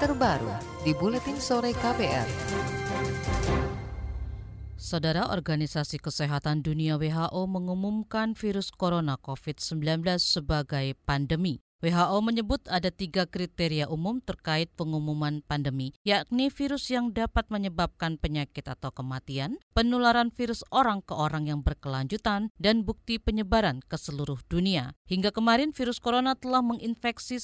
terbaru di Buletin Sore KBR. Saudara, Organisasi Kesehatan Dunia WHO mengumumkan virus corona COVID-19 sebagai pandemi. WHO menyebut ada 3 kriteria umum terkait pengumuman pandemi, yakni virus yang dapat menyebabkan penyakit atau kematian, penularan virus orang ke orang yang berkelanjutan, dan bukti penyebaran ke seluruh dunia. Hingga kemarin, virus corona telah menginfeksi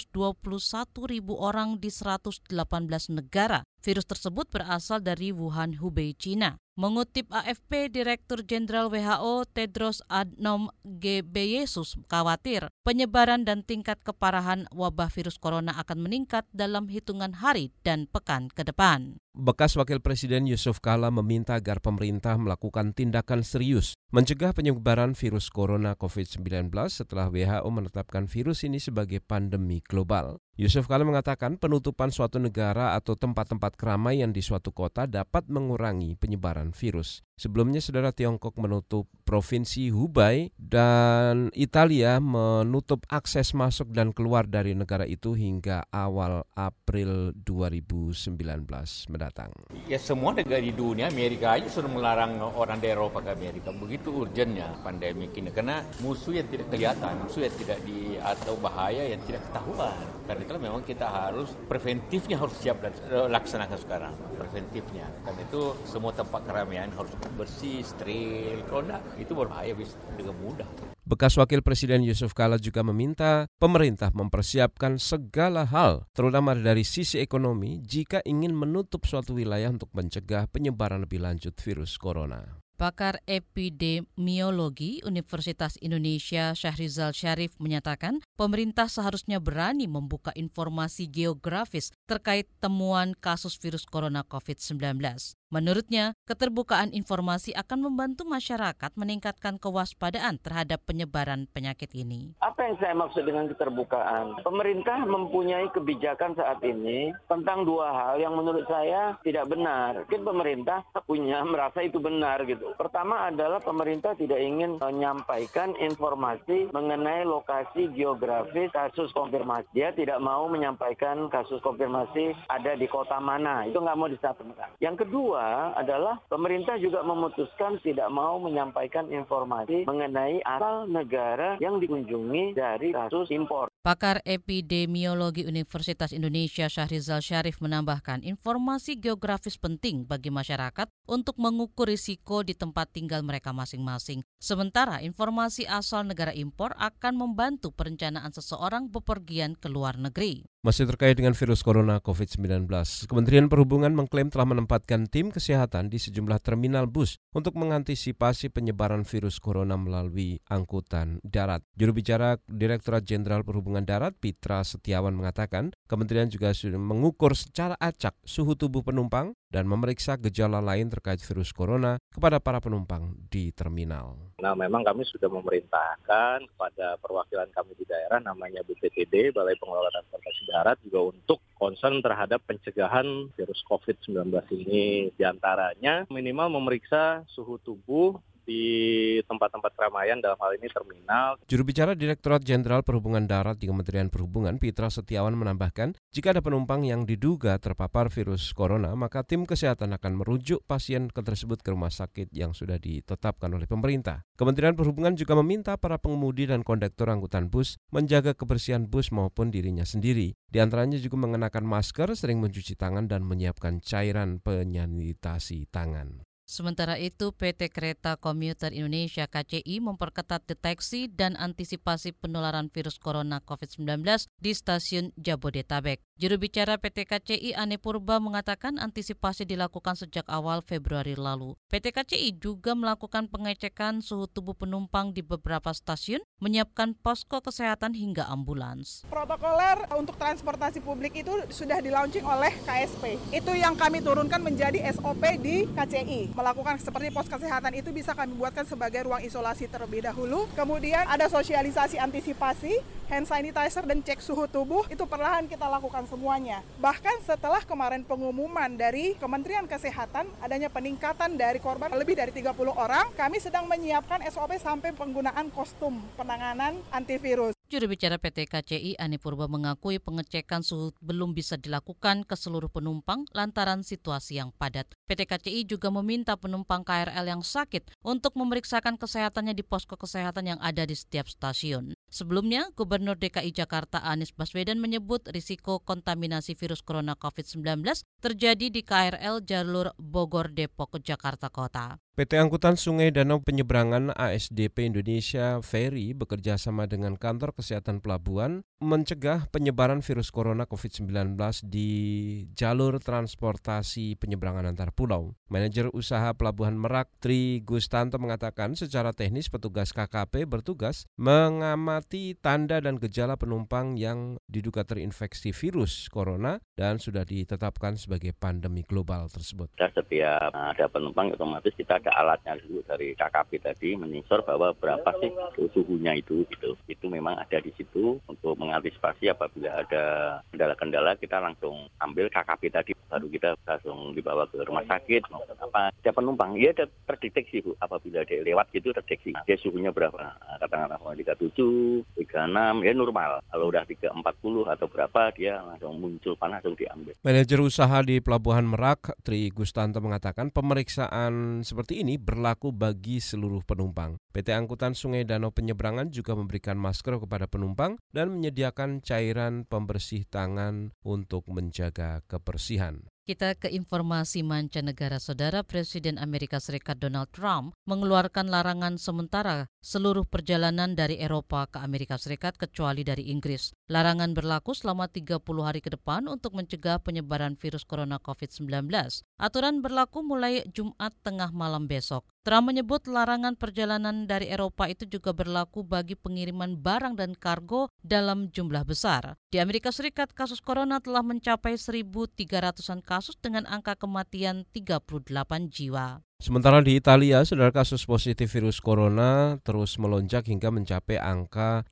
121.000 orang di 118 negara. Virus tersebut berasal dari Wuhan, Hubei, China. Mengutip AFP, Direktur Jenderal WHO Tedros Adhanom Ghebreyesus khawatir penyebaran dan tingkat keparahan wabah virus corona akan meningkat dalam hitungan hari dan pekan ke depan. Bekas Wakil Presiden Yusuf Kala meminta agar pemerintah melakukan tindakan serius mencegah penyebaran virus corona COVID-19 setelah WHO menetapkan virus ini sebagai pandemi global. Yusuf Kala mengatakan penutupan suatu negara atau tempat-tempat keramaian di suatu kota dapat mengurangi penyebaran virus. Sebelumnya, saudara, Tiongkok menutup Provinsi Hubei dan Italia menutup akses masuk dan keluar dari negara itu hingga awal April 2019 mendatang. Ya, semua negara di dunia, Amerika aja sudah melarang orang dari Eropa ke Amerika. Begitu urgennya pandemi ini, karena musuh yang tidak kelihatan, musuh yang tidak atau bahaya yang tidak ketahuan. Karena itu memang kita harus preventifnya harus siap dan laksanakan sekarang, preventifnya. Karena itu semua tempat keramaian harus bersih, steril. Kalau enggak, itu berbahaya dengan mudah. Bekas Wakil Presiden Yusuf Kala juga meminta pemerintah mempersiapkan segala hal, terutama dari sisi ekonomi, jika ingin menutup suatu wilayah untuk mencegah penyebaran lebih lanjut virus corona. Pakar epidemiologi Universitas Indonesia Syahrizal Syarif menyatakan pemerintah seharusnya berani membuka informasi geografis terkait temuan kasus virus corona COVID-19. Menurutnya, keterbukaan informasi akan membantu masyarakat meningkatkan kewaspadaan terhadap penyebaran penyakit ini. Apa yang saya maksud dengan keterbukaan? Pemerintah mempunyai kebijakan saat ini tentang 2 hal yang menurut saya tidak benar. Mungkin pemerintah merasa itu benar gitu. Pertama adalah pemerintah tidak ingin menyampaikan informasi mengenai lokasi geografis kasus konfirmasi. Dia tidak mau menyampaikan kasus konfirmasi ada di kota mana. Itu nggak mau disampaikan. Yang kedua adalah pemerintah juga memutuskan tidak mau menyampaikan informasi mengenai asal negara yang dikunjungi dari kasus impor. Pakar epidemiologi Universitas Indonesia Syahrizal Syarif menambahkan informasi geografis penting bagi masyarakat untuk mengukur risiko di tempat tinggal mereka masing-masing. Sementara informasi asal negara impor akan membantu perencanaan seseorang bepergian ke luar negeri. Masih terkait dengan virus corona COVID-19, Kementerian Perhubungan mengklaim telah menempatkan tim kesehatan di sejumlah terminal bus untuk mengantisipasi penyebaran virus corona melalui angkutan darat. Juru bicara Direktorat Jenderal Perhubungan Darat, Pitra Setiawan, mengatakan kementerian juga sudah mengukur secara acak suhu tubuh penumpang dan memeriksa gejala lain terkait virus corona kepada para penumpang di terminal. Nah, memang kami sudah memerintahkan kepada perwakilan kami di daerah, namanya BPTD, Balai Pengelola Transportasi Darat, juga untuk concern terhadap pencegahan virus COVID-19 ini. Di antaranya minimal memeriksa suhu tubuh di tempat-tempat keramaian, dalam hal ini terminal. Juru bicara Direktorat Jenderal Perhubungan Darat di Kementerian Perhubungan, Pitra Setiawan, menambahkan, jika ada penumpang yang diduga terpapar virus corona, maka tim kesehatan akan merujuk pasien tersebut ke rumah sakit yang sudah ditetapkan oleh pemerintah. Kementerian Perhubungan juga meminta para pengemudi dan kondektor angkutan bus menjaga kebersihan bus maupun dirinya sendiri. Di antaranya juga mengenakan masker, sering mencuci tangan, dan menyiapkan cairan penyanitasi tangan. Sementara itu, PT Kereta Komuter Indonesia KCI memperketat deteksi dan antisipasi penularan virus corona COVID-19 di stasiun Jabodetabek. Juru bicara PT KCI Ane Purba mengatakan antisipasi dilakukan sejak awal Februari lalu. PT KCI juga melakukan pengecekan suhu tubuh penumpang di beberapa stasiun, menyiapkan posko kesehatan hingga ambulans. Protokoler untuk transportasi publik itu sudah di-launching oleh KSP. Itu yang kami turunkan menjadi SOP di KCI. Melakukan seperti pos kesehatan itu bisa kami buatkan sebagai ruang isolasi terlebih dahulu. Kemudian ada sosialisasi antisipasi, hand sanitizer dan cek suhu tubuh, itu perlahan kita lakukan semuanya. Bahkan setelah kemarin pengumuman dari Kementerian Kesehatan adanya peningkatan dari korban lebih dari 30 orang, kami sedang menyiapkan SOP sampai penggunaan kostum penanganan antivirus. Juru bicara PT KCI Ani Purba mengakui pengecekan suhu belum bisa dilakukan ke seluruh penumpang lantaran situasi yang padat. PT KCI juga meminta penumpang KRL yang sakit untuk memeriksakan kesehatannya di posko kesehatan yang ada di setiap stasiun. Sebelumnya, Gubernur DKI Jakarta Anies Baswedan menyebut risiko kontaminasi virus corona COVID-19 terjadi di KRL jalur Bogor-Depok Jakarta Kota. PT Angkutan Sungai Danau Penyeberangan ASDP Indonesia Ferry bekerja sama dengan Kantor Kesehatan Pelabuhan mencegah penyebaran virus corona COVID-19 di jalur transportasi penyeberangan antar pulau. Manajer Usaha Pelabuhan Merak Tri Gustanto mengatakan secara teknis petugas KKP bertugas mengamati tanda dan gejala penumpang yang diduga terinfeksi virus corona dan sudah ditetapkan sebagai pandemi global tersebut. Setiap ada penumpang otomatis kita ada alatnya dulu dari KKP tadi menyensor bahwa berapa sih suhunya itu gitu. Itu memang ada di situ untuk mengantisipasi apabila ada kendala-kendala kita langsung ambil KKP tadi baru kita langsung dibawa ke rumah sakit maupun apa. Ada penumpang ya ada terdeteksi Bu apabila dia lewat gitu terdeteksi. Dia suhunya berapa? Katakanlah 37, 36 ya normal. Kalau udah 340 atau berapa dia langsung muncul panas langsung diambil. Manajer usaha di Pelabuhan Merak Tri Gustanto mengatakan pemeriksaan seperti ini berlaku bagi seluruh penumpang. PT Angkutan Sungai Danau Penyeberangan juga memberikan masker kepada penumpang dan menyediakan cairan pembersih tangan untuk menjaga kebersihan. Kita ke informasi mancanegara, Saudara. Presiden Amerika Serikat Donald Trump mengeluarkan larangan sementara seluruh perjalanan dari Eropa ke Amerika Serikat kecuali dari Inggris. Larangan berlaku selama 30 hari ke depan untuk mencegah penyebaran virus corona COVID-19. Aturan berlaku mulai Jumat tengah malam besok. Trump menyebut larangan perjalanan dari Eropa itu juga berlaku bagi pengiriman barang dan kargo dalam jumlah besar. Di Amerika Serikat, kasus corona telah mencapai 1.300-an kasus dengan angka kematian 38 jiwa. Sementara di Italia, saudara, kasus positif virus corona terus melonjak hingga mencapai angka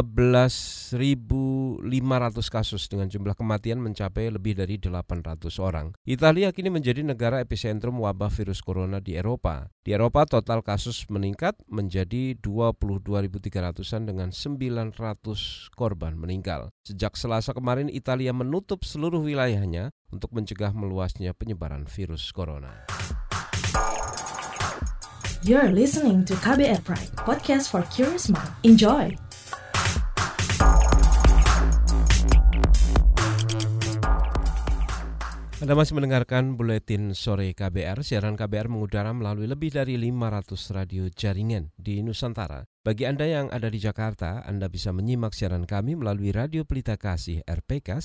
12.500 kasus dengan jumlah kematian mencapai lebih dari 800 orang. Italia kini menjadi negara epicentrum wabah virus corona di Eropa. Di Eropa, total kasus meningkat menjadi 22.300-an dengan 900 korban meninggal. Sejak Selasa kemarin, Italia menutup seluruh wilayahnya untuk mencegah meluasnya penyebaran virus corona. You're listening to KBR Pride, podcast for curious mind. Enjoy! Anda masih mendengarkan Buletin Sore KBR. Siaran KBR mengudara melalui lebih dari 500 radio jaringan di Nusantara. Bagi Anda yang ada di Jakarta, Anda bisa menyimak siaran kami melalui Radio Pelita Kasih RPK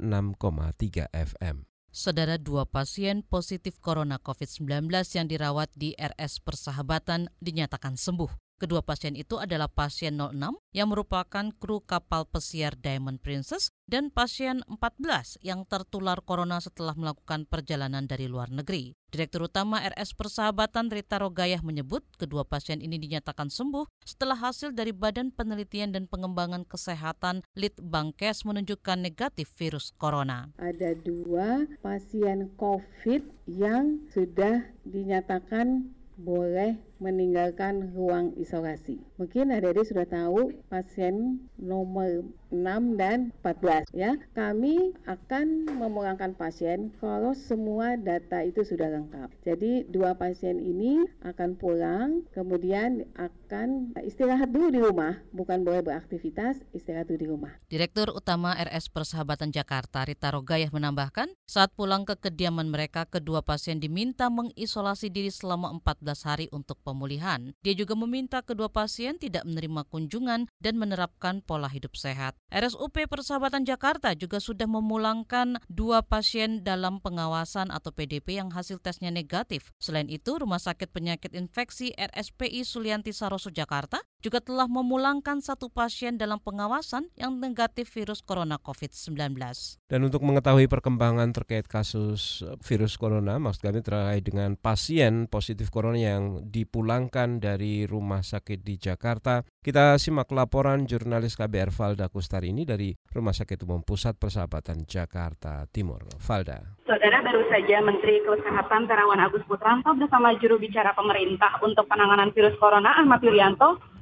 96,3 FM. Saudara, 2 pasien positif corona COVID-19 yang dirawat di RS Persahabatan dinyatakan sembuh. Kedua pasien itu adalah pasien 06 yang merupakan kru kapal pesiar Diamond Princess dan pasien 14 yang tertular corona setelah melakukan perjalanan dari luar negeri. Direktur Utama RS Persahabatan Rita Rogayah menyebut kedua pasien ini dinyatakan sembuh setelah hasil dari Badan Penelitian dan Pengembangan Kesehatan Litbangkes menunjukkan negatif virus corona. Ada 2 pasien COVID yang sudah dinyatakan boleh meninggalkan ruang isolasi. Mungkin adik-adik sudah tahu pasien nomor 6 dan 14 ya. Kami akan memulangkan pasien kalau semua data itu sudah lengkap. Jadi 2 pasien ini akan pulang, kemudian akan istirahat dulu di rumah, bukan boleh beraktivitas, istirahat dulu di rumah. Direktur Utama RS Persahabatan Jakarta Rita Rogayah menambahkan, saat pulang ke kediaman mereka, kedua pasien diminta mengisolasi diri selama 14 hari untuk pemulihan. Dia juga meminta kedua pasien tidak menerima kunjungan dan menerapkan pola hidup sehat. RSUP Persahabatan Jakarta juga sudah memulangkan 2 pasien dalam pengawasan atau PDP yang hasil tesnya negatif. Selain itu, Rumah Sakit Penyakit Infeksi RSPI Sulianti Saroso Jakarta juga telah memulangkan 1 pasien dalam pengawasan yang negatif virus corona COVID-19. Dan untuk mengetahui perkembangan terkait kasus virus corona, maksud kami terkait dengan pasien positif corona yang dipulangkan dari rumah sakit di Jakarta, kita simak laporan jurnalis KBR Valda Kustarini dari Rumah Sakit Umum Pusat Persahabatan Jakarta Timur. Valda. Saudara, baru saja Menteri Kesehatan Terawan Agus Putranto bersama juru bicara pemerintah untuk penanganan virus corona Ahmad Yuryanto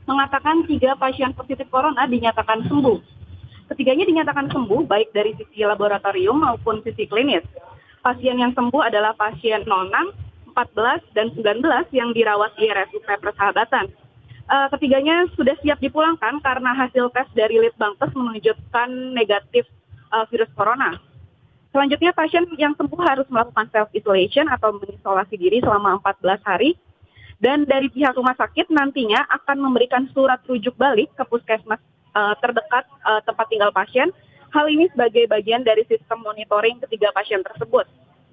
mengatakan 3 pasien positif corona dinyatakan sembuh. Ketiganya dinyatakan sembuh baik dari sisi laboratorium maupun sisi klinis. Pasien yang sembuh adalah pasien 06, 14, dan 19 yang dirawat di RSUP Persahabatan. Ketiganya sudah siap dipulangkan karena hasil tes dari Litbangkes menunjukkan negatif virus corona. Selanjutnya pasien yang sembuh harus melakukan self-isolation atau mengisolasi diri selama 14 hari. Dan dari pihak rumah sakit nantinya akan memberikan surat rujuk balik ke puskesmas terdekat tempat tinggal pasien. Hal ini sebagai bagian dari sistem monitoring ketiga pasien tersebut.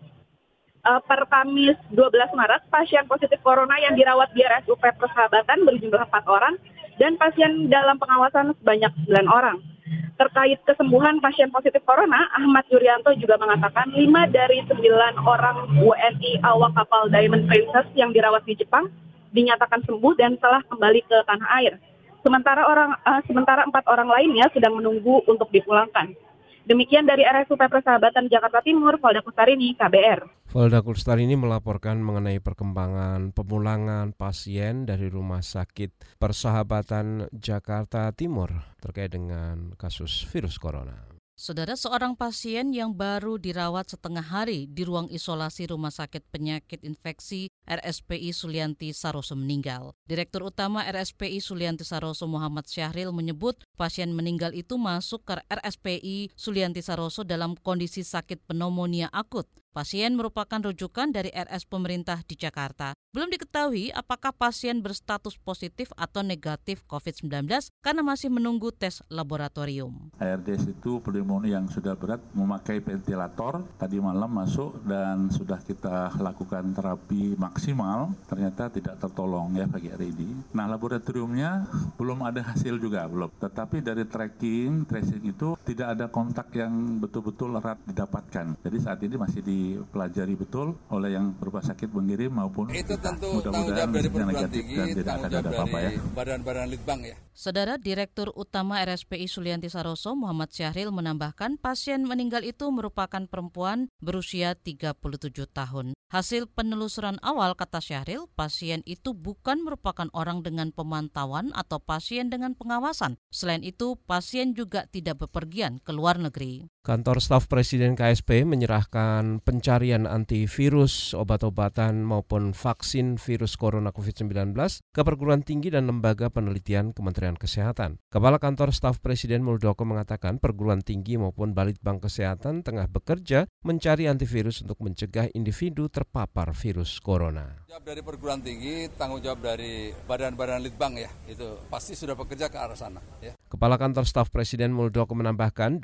Per Kamis 12 Maret, pasien positif corona yang dirawat di RSUP Persahabatan berjumlah 4 orang dan pasien dalam pengawasan sebanyak 9 orang. Terkait kesembuhan pasien positif corona, Ahmad Yuryanto juga mengatakan 5 dari 9 orang WNI awak kapal Diamond Princess yang dirawat di Jepang dinyatakan sembuh dan telah kembali ke tanah air. Sementara 4 orang lainnya sedang menunggu untuk dipulangkan. Demikian dari RSUP Persahabatan Jakarta Timur, Polda Kustarini, KBR. Polda Kustarini melaporkan mengenai perkembangan pemulangan pasien dari Rumah Sakit Persahabatan Jakarta Timur terkait dengan kasus virus corona. Saudara, seorang pasien yang baru dirawat setengah hari di ruang isolasi Rumah Sakit Penyakit Infeksi RSPI Sulianti Saroso meninggal. Direktur Utama RSPI Sulianti Saroso Muhammad Syahril menyebut pasien meninggal itu masuk ke RSPI Sulianti Saroso dalam kondisi sakit pneumonia akut. Pasien merupakan rujukan dari RS pemerintah di Jakarta. Belum diketahui apakah pasien berstatus positif atau negatif COVID-19 karena masih menunggu tes laboratorium. ARDS itu pneumonia yang sudah berat, memakai ventilator. Tadi malam masuk dan sudah kita lakukan terapi maksimal, ternyata tidak tertolong ya pagi hari ini. Nah, laboratoriumnya belum ada hasil juga, belum. Tetapi dari tracing itu tidak ada kontak yang betul-betul erat didapatkan. Jadi saat ini masih dipelajari betul oleh yang rumah sakit mengirim maupun itu kita. Tentu Mudah-mudahan dari perguruan negatif tinggi, dan tidak akan ada apa-apa ya. Badan-badan litbang ya. Saudara, Direktur Utama RSPI Sulianti Saroso Muhammad Syahril menambahkan pasien meninggal itu merupakan perempuan berusia 37 tahun. Hasil penelusuran awal, kata Syahril, pasien itu bukan merupakan orang dengan pemantauan atau pasien dengan pengawasan. Selain itu, pasien juga tidak bepergian ke luar negeri. Kantor Staf Presiden KSP menyerahkan pencarian antivirus, obat-obatan maupun vaksin virus corona COVID-19 ke perguruan tinggi dan lembaga penelitian Kementerian Kesehatan. Kepala Kantor Staf Presiden Muldoko mengatakan perguruan tinggi maupun Balitbang Kesehatan tengah bekerja mencari antivirus untuk mencegah individu terpapar virus corona. Jawab dari perguruan tinggi, tanggung jawab dari badan-badan litbang ya, itu pasti sudah bekerja ke arah sana. Ya. Kepala Kantor Staf Presiden Muldoko menambahkan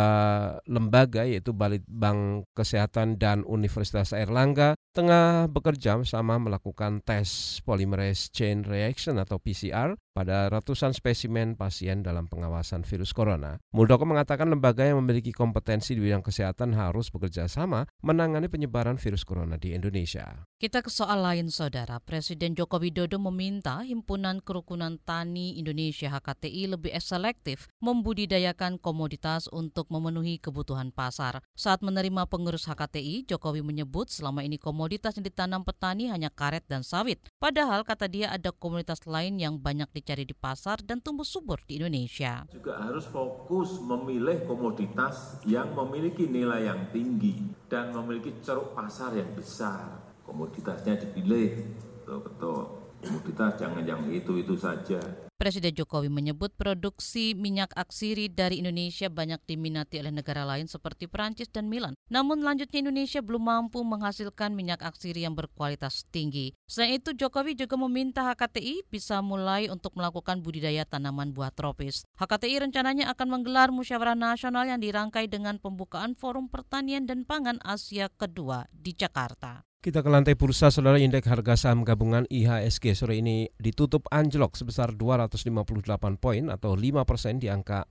2 lembaga yaitu Balitbang Kesehatan dan Universitas Airlangga tengah bekerja sama melakukan tes polymerase chain reaction atau PCR pada ratusan spesimen pasien dalam pengawasan virus corona. Muldoko mengatakan lembaga yang memiliki kompetensi di bidang kesehatan harus bekerja sama menangani penyebaran virus corona di Indonesia. Kita ke soal lain, Saudara. Presiden Joko Widodo meminta Himpunan Kerukunan Tani Indonesia HKTI lebih selektif membudidayakan komoditas untuk memenuhi kebutuhan pasar. Saat menerima pengurus HKTI, Jokowi menyebut selama ini komoditas yang ditanam petani hanya karet dan sawit. Padahal, kata dia, ada komoditas lain yang banyak dicari di pasar dan tumbuh subur di Indonesia. Juga harus fokus memilih komoditas yang memiliki nilai yang tinggi dan memiliki ceruk pasar yang besar. Komoditasnya dipilih, betul-betul. Komoditas jangan yang itu saja. Presiden Jokowi menyebut produksi minyak atsiri dari Indonesia banyak diminati oleh negara lain seperti Perancis dan Milan. Namun lanjutnya Indonesia belum mampu menghasilkan minyak atsiri yang berkualitas tinggi. Selain itu, Jokowi juga meminta HKTI bisa mulai untuk melakukan budidaya tanaman buah tropis. HKTI rencananya akan menggelar musyawarah nasional yang dirangkai dengan pembukaan Forum Pertanian dan Pangan Asia kedua di Jakarta. Kita ke lantai bursa, Saudara. Indeks harga saham gabungan IHSG sore ini ditutup anjlok sebesar 258 poin atau 5% di angka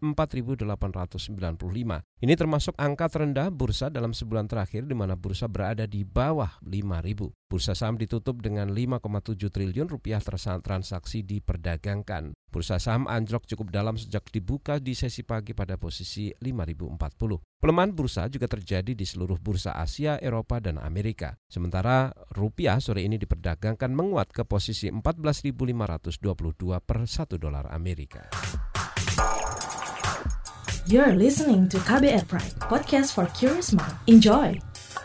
4.895. Ini termasuk angka terendah bursa dalam sebulan terakhir di mana bursa berada di bawah 5.000. Bursa saham ditutup dengan 5,7 triliun rupiah transaksi diperdagangkan. Bursa saham anjlok cukup dalam sejak dibuka di sesi pagi pada posisi 5.040. Pelemahan bursa juga terjadi di seluruh bursa Asia, Eropa, dan Amerika. Sementara rupiah sore ini diperdagangkan menguat ke posisi 14.522 per $1 Amerika. You're listening to KBR Pride, podcast for curious mind. Enjoy!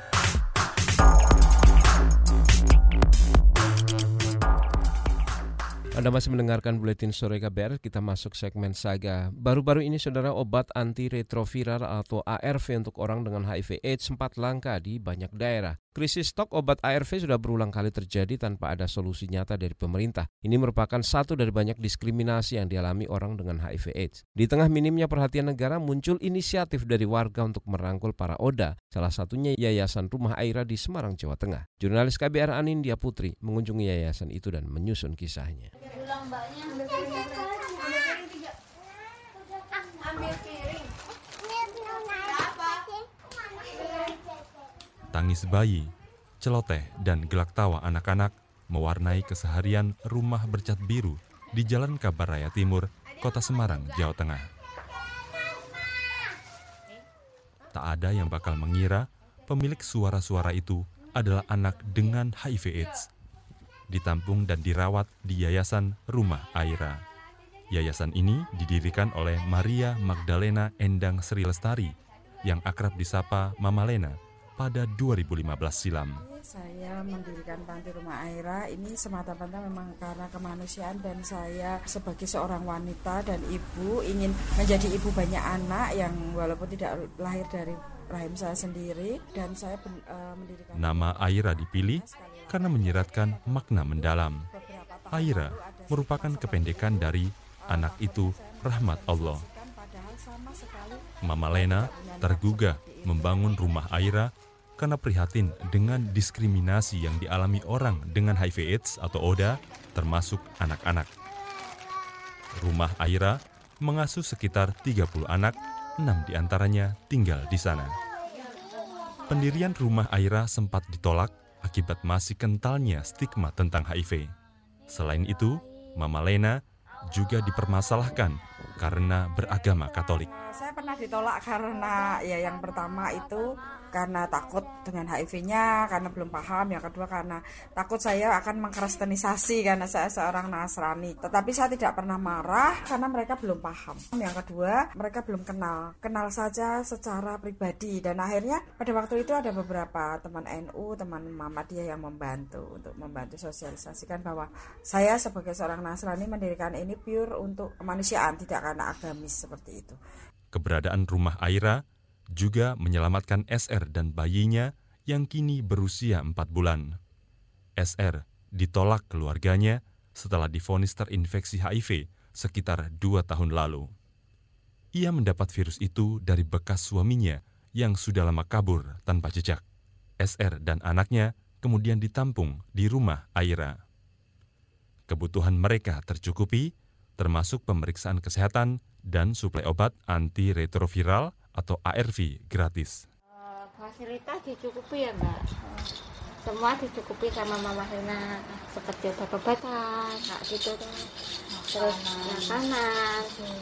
Anda masih mendengarkan Buletin Sore KBR, kita masuk segmen Saga. Baru-baru ini saudara, obat antiretroviral atau ARV untuk orang dengan HIV AIDS sempat langka di banyak daerah. Krisis stok obat ARV sudah berulang kali terjadi tanpa ada solusi nyata dari pemerintah. Ini merupakan satu dari banyak diskriminasi yang dialami orang dengan HIV AIDS. Di tengah minimnya perhatian negara, muncul inisiatif dari warga untuk merangkul para ODA, salah satunya Yayasan Rumah Aira di Semarang, Jawa Tengah. Jurnalis KBR Anindya Putri mengunjungi yayasan itu dan menyusun kisahnya. Tangis bayi, celoteh, dan gelak tawa anak-anak mewarnai keseharian rumah bercat biru di Jalan Kabar Raya Timur, Kota Semarang, Jawa Tengah. Tak ada yang bakal mengira pemilik suara-suara itu adalah anak dengan HIV AIDS. Ditampung dan dirawat di Yayasan Rumah Aira. Yayasan ini didirikan oleh Maria Magdalena Endang Sri Lestari yang akrab disapa Mama Lena pada 2015 silam. Saya mendirikan Panti Rumah Aira ini semata-mata memang karena kemanusiaan, dan saya sebagai seorang wanita dan ibu ingin menjadi ibu banyak anak yang walaupun tidak lahir dari rahim saya sendiri, dan saya mendirikan. Nama Aira dipilih karena menyiratkan makna mendalam. Aira merupakan kependekan dari anak itu rahmat Allah. Mama Lena tergugah membangun Rumah Aira karena prihatin dengan diskriminasi yang dialami orang dengan HIV AIDS atau ODA, termasuk anak-anak. Rumah Aira mengasuh sekitar 30 anak, 6 diantaranya tinggal di sana. Pendirian Rumah Aira sempat ditolak akibat masih kentalnya stigma tentang HIV. Selain itu, Mama Lena juga dipermasalahkan karena beragama Katolik. Saya pernah ditolak karena yang pertama itu karena takut dengan HIV-nya, karena belum paham. Yang kedua karena takut saya akan mengkristenisasi karena saya seorang Nasrani. Tetapi saya tidak pernah marah karena mereka belum paham. Yang kedua, mereka belum kenal saja secara pribadi. Dan akhirnya pada waktu itu ada beberapa teman NU, teman Muhammadiyah yang membantu sosialisasikan bahwa saya sebagai seorang Nasrani mendirikan ini pure untuk kemanusiaan, tidak karena agamis seperti itu. Keberadaan Rumah Aira juga menyelamatkan SR dan bayinya yang kini berusia 4 bulan. SR ditolak keluarganya setelah divonis terinfeksi HIV sekitar 2 tahun lalu. Ia mendapat virus itu dari bekas suaminya yang sudah lama kabur tanpa jejak. SR dan anaknya kemudian ditampung di Rumah Aira. Kebutuhan mereka tercukupi, termasuk pemeriksaan kesehatan dan suplai obat antiretroviral atau ARV gratis. Fasilitas dicukupi ya Mbak, semua dicukupi sama Mama Lena, seperti obat-obatan, kayak gitu tuh. Terus makanan,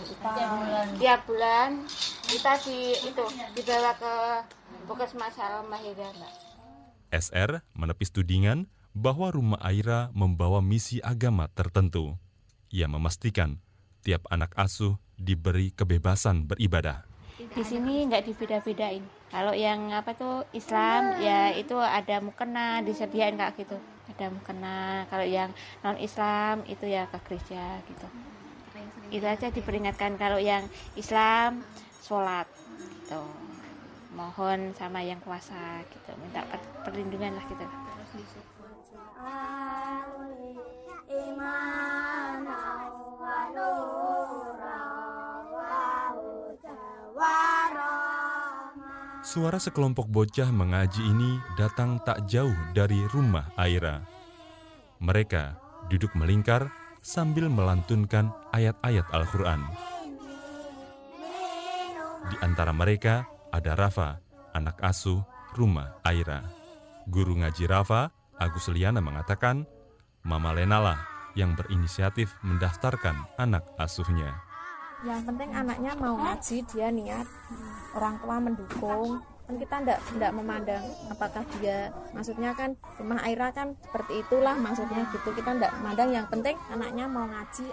tiap bulan kita dibawa ke Puskesmas Al-Mahira Mbak. SR menepis tudingan bahwa Rumah Aira membawa misi agama tertentu. Ia memastikan tiap anak asuh diberi kebebasan beribadah. Di sini nggak dibeda-bedain. Kalau yang Islam ya itu ada mukena disediain kayak gitu. Ada mukena. Kalau yang non Islam itu ya ke gereja gitu. Itu aja diperingatkan. Kalau yang Islam sholat gitu. Mohon sama yang kuasa gitu. Minta perlindungan lah gitu. Suara sekelompok bocah mengaji ini datang tak jauh dari Rumah Aira. Mereka duduk melingkar sambil melantunkan ayat-ayat Al-Quran. Di antara mereka ada Rafa, anak asuh Rumah Aira. Guru ngaji Rafa, Agus Liana mengatakan, Mama Lena lah yang berinisiatif mendaftarkan anak asuhnya. Yang penting anaknya mau ngaji, dia niat, orang tua mendukung. Kan kita enggak memandang apakah dia, maksudnya kan Rumah Aira kan seperti itulah maksudnya gitu. Kita enggak memandang, yang penting anaknya mau ngaji.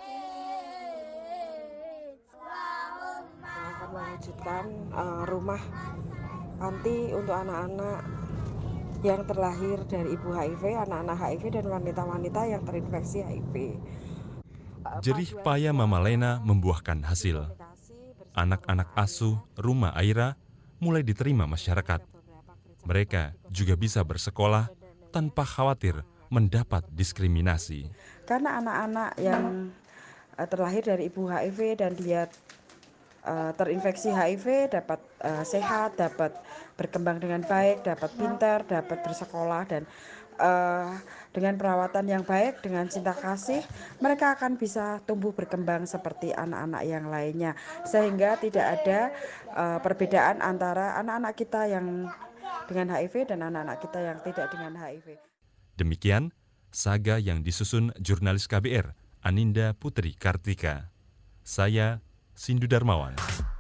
Akan mewujudkan rumah panti untuk anak-anak yang terlahir dari ibu HIV, anak-anak HIV dan wanita-wanita yang terinfeksi HIV. Jerih payah Mama Lena membuahkan hasil. Anak-anak asuh Rumah Aira mulai diterima masyarakat. Mereka juga bisa bersekolah tanpa khawatir mendapat diskriminasi. Karena anak-anak yang terlahir dari ibu HIV dan dia terinfeksi HIV dapat sehat, dapat berkembang dengan baik, dapat pintar, dapat bersekolah, dan dengan perawatan yang baik, dengan cinta kasih, mereka akan bisa tumbuh berkembang seperti anak-anak yang lainnya. Sehingga tidak ada perbedaan antara anak-anak kita yang dengan HIV dan anak-anak kita yang tidak dengan HIV. Demikian saga yang disusun jurnalis KBR Aninda Putri Kartika. Saya Sindu Darmawan.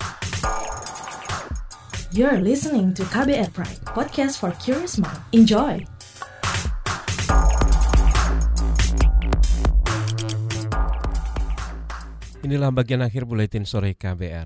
You're listening to KBR Pride, podcast for curious mind. Enjoy! Inilah bagian akhir buletin sore KBR.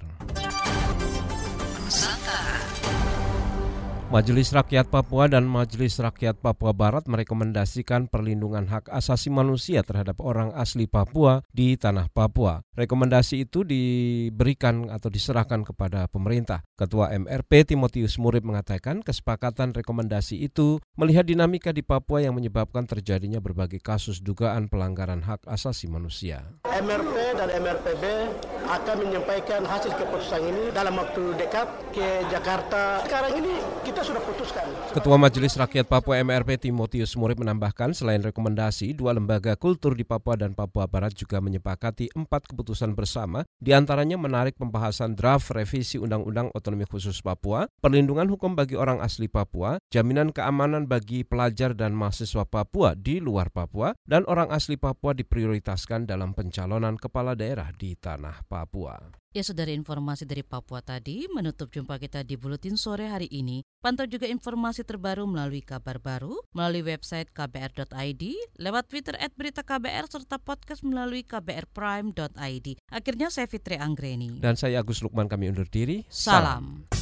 Majelis Rakyat Papua dan Majelis Rakyat Papua Barat merekomendasikan perlindungan hak asasi manusia terhadap orang asli Papua di tanah Papua. Rekomendasi itu diberikan atau diserahkan kepada pemerintah. Ketua MRP Timotius Murib mengatakan kesepakatan rekomendasi itu melihat dinamika di Papua yang menyebabkan terjadinya berbagai kasus dugaan pelanggaran hak asasi manusia. MRP dan MRPB akan menyampaikan hasil keputusan ini dalam waktu dekat ke Jakarta. Sekarang ini kita sudah putuskan. Ketua Majelis Rakyat Papua MRP Timotius Murib menambahkan selain rekomendasi, dua lembaga kultur di Papua dan Papua Barat juga menyepakati 4 keputusan bersama, diantaranya menarik pembahasan draft revisi Undang-Undang Otonomi Khusus Papua, perlindungan hukum bagi orang asli Papua, jaminan keamanan bagi pelajar dan mahasiswa Papua di luar Papua, dan orang asli Papua diprioritaskan dalam pencalonan kepala daerah di tanah Papua. Ya, saudara, informasi dari Papua tadi menutup jumpa kita di Buletin Sore hari ini. Pantau juga informasi terbaru melalui kabar baru, melalui website kbr.id, lewat Twitter @beritaKBR, serta podcast melalui kbrprime.id. Akhirnya saya Fitri Anggreni. Dan saya Agus Lukman, kami undur diri. Salam.